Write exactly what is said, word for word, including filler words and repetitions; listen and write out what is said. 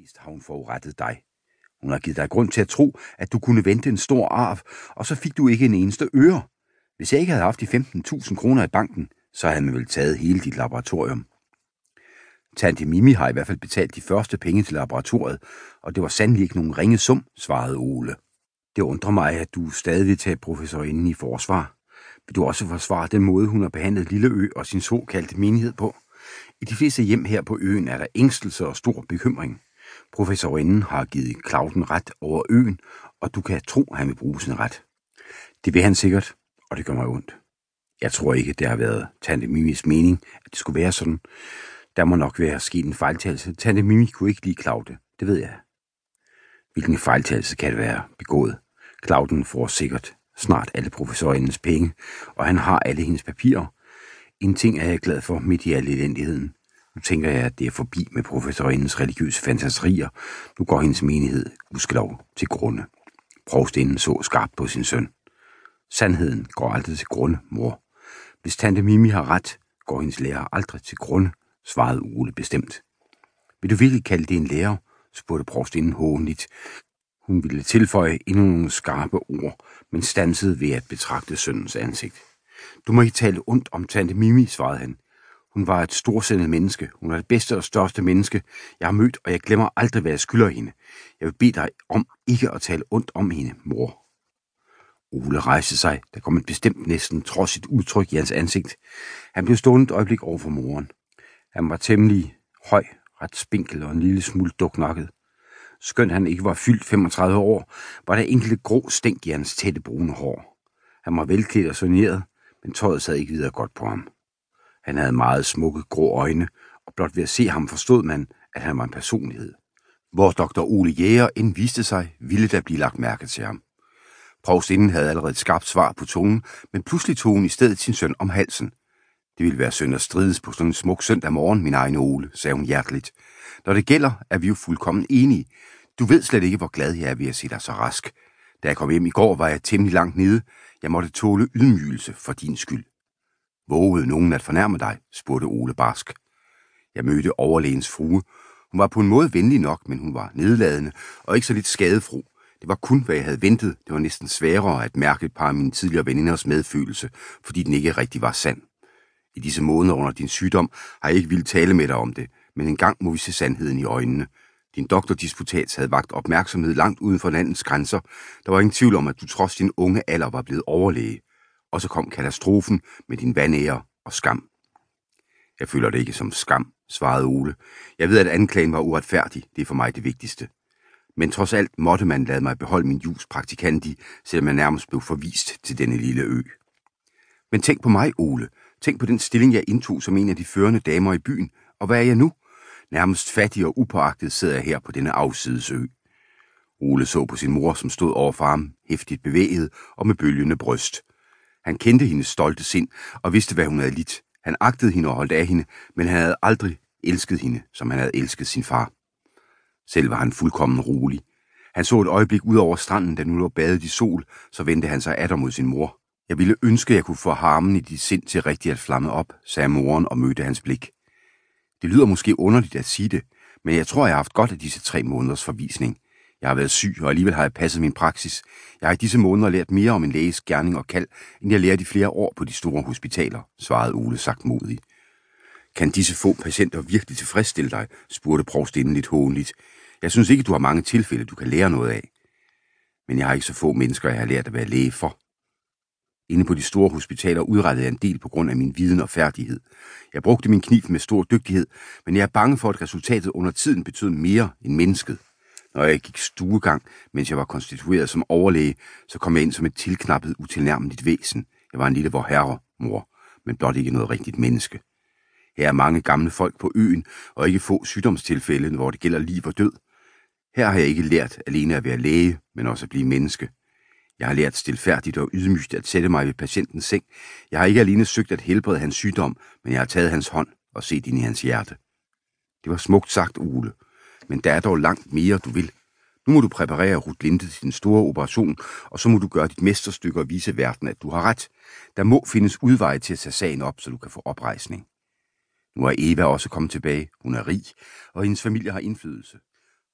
mest har hun forurettet dig. Hun har givet dig grund til at tro, at du kunne vente en stor arv, og så fik du ikke en eneste øre. Hvis jeg ikke havde haft de femten tusind kroner i banken, så havde man vel taget hele dit laboratorium. Tante Mimi har i hvert fald betalt de første penge til laboratoriet, og det var sandelig ikke nogen ringe sum, svarede Ole. Det undrer mig, at du stadig vil tage professorinden i forsvar. Vil du også forsvare den måde, hun har behandlet Lille Ø og sin såkaldte menighed på? I de fleste hjem her på øen er der ængstelse og stor bekymring. Professorinden har givet Clauden ret over øen, og du kan tro, at han vil bruge sin ret. Det vil han sikkert, og det gør mig ondt. Jeg tror ikke, det har været Tante Mimis mening, at det skulle være sådan. Der må nok være sket en fejltagelse. Tante Mimi kunne ikke lide Claude, det ved jeg. Hvilken fejltagelse kan det være begået? Clauden får sikkert snart alle professorindens penge, og han har alle hendes papirer. En ting er jeg glad for midt i al elendigheden. Nu tænker jeg, at det er forbi med professorindens religiøse fantasier. Nu går hendes menighed, gudskelov, til grunde. Provstinden så skarpt på sin søn. Sandheden går aldrig til grunde, mor. Hvis Tante Mimi har ret, går hendes lærer aldrig til grunde, svarede Ole bestemt. Vil du virkelig kalde det en lærer? Spurgte provstinden hånligt. Hun ville tilføje endnu nogle skarpe ord, men stansede ved at betragte sønnens ansigt. Du må ikke tale ondt om Tante Mimi, svarede han. Hun var et storsindet menneske. Hun er det bedste og største menneske, jeg har mødt, og jeg glemmer aldrig, hvad jeg skylder hende. Jeg vil bede dig om ikke at tale ondt om hende, mor. Ole rejste sig. Der kom et bestemt næsten trodsigt udtryk i hans ansigt. Han blev stående et øjeblik over for moren. Han var temmelig høj, ret spinkel og en lille smule duknakket. Skønt han ikke var fyldt femogtredive år, var der enkelte grå stænk i hans tætte brune hår. Han var velklædt og soneret, men tøjet sad ikke videre godt på ham. Han havde meget smukke grå øjne, og blot ved at se ham forstod man, at han var en personlighed. Hvor doktor Ole Jæger end viste sig, ville der blive lagt mærke til ham. Provstinden havde allerede et skarpt svar på tungen, men pludselig tog hun i stedet sin søn om halsen. Det ville være synd at strides på sådan en smuk søndag morgen, min egen Ole, sagde hun hjerteligt. Når det gælder, er vi jo fuldkommen enige. Du ved slet ikke, hvor glad jeg er ved at se dig så rask. Da jeg kom hjem i går, var jeg temmelig langt nede. Jeg måtte tåle ydmygelse for din skyld. Vågede nogen at fornærme dig? Spurgte Ole barsk. Jeg mødte overlægens frue. Hun var på en måde venlig nok, men hun var nedladende og ikke så lidt skadefro. Det var kun, hvad jeg havde ventet. Det var næsten sværere at mærke et par af mine tidligere veninders medfølelse, fordi den ikke rigtig var sand. I disse måneder under din sygdom har jeg ikke ville tale med dig om det, men en gang må vi se sandheden i øjnene. Din doktordisputats havde vakt opmærksomhed langt uden for landets grænser. Der var ingen tvivl om, at du trods din unge alder var blevet overlæge. Og så kom katastrofen med din vanære og skam. Jeg føler det ikke som skam, svarede Ole. Jeg ved, at anklagen var uretfærdig. Det er for mig det vigtigste. Men trods alt måtte man lade mig beholde min jus praktikandi, selvom jeg nærmest blev forvist til denne lille ø. Men tænk på mig, Ole. Tænk på den stilling, jeg indtog som en af de førende damer i byen. Og hvad er jeg nu? Nærmest fattig og upåagtet sidder jeg her på denne afsides ø. Ole så på sin mor, som stod over for ham, hæftigt bevæget og med bølgende bryst. Han kendte hendes stolte sind og vidste, hvad hun havde lidt. Han agtede hende og holdt af hende, men han havde aldrig elsket hende, som han havde elsket sin far. Selv var han fuldkommen rolig. Han så et øjeblik ud over stranden, da nu lå badet i sol, så vendte han sig atter mod sin mor. Jeg ville ønske, at jeg kunne få harmen i dit sind til rigtigt at flamme op, sagde moren og mødte hans blik. Det lyder måske underligt at sige det, men jeg tror, jeg har haft godt af disse tre måneders forvisning. Jeg har været syg, og alligevel har jeg passet min praksis. Jeg har i disse måneder lært mere om en læges gerning og kald, end jeg lærte i flere år på de store hospitaler, svarede Ole sagtmodigt. Kan disse få patienter virkelig tilfredsstille dig? Spurgte provstinden lidt hånligt. Jeg synes ikke, du har mange tilfælde, du kan lære noget af. Men jeg har ikke så få mennesker, jeg har lært at være læge for. Inde på de store hospitaler udrettede jeg en del på grund af min viden og færdighed. Jeg brugte min kniv med stor dygtighed, men jeg er bange for, at resultatet under tiden betød mere end mennesket. Når jeg gik stuegang, mens jeg var konstitueret som overlæge, så kom jeg ind som et tilknappet, utilnærmeligt væsen. Jeg var en lille vorherre, mor, men blot ikke noget rigtigt menneske. Her er mange gamle folk på øen, og ikke få sygdomstilfælde, hvor det gælder liv og død. Her har jeg ikke lært alene at være læge, men også at blive menneske. Jeg har lært stilfærdigt og ydmygt at sætte mig ved patientens seng. Jeg har ikke alene søgt at helbrede hans sygdom, men jeg har taget hans hånd og set ind i hans hjerte. Det var smukt sagt, Ole, men der er dog langt mere, du vil. Nu må du præparere Rutlinde til den store operation, og så må du gøre dit mesterstykke og vise verden, at du har ret. Der må findes udveje til at tage sagen op, så du kan få oprejsning. Nu er Eva også kommet tilbage. Hun er rig, og hendes familie har indflydelse.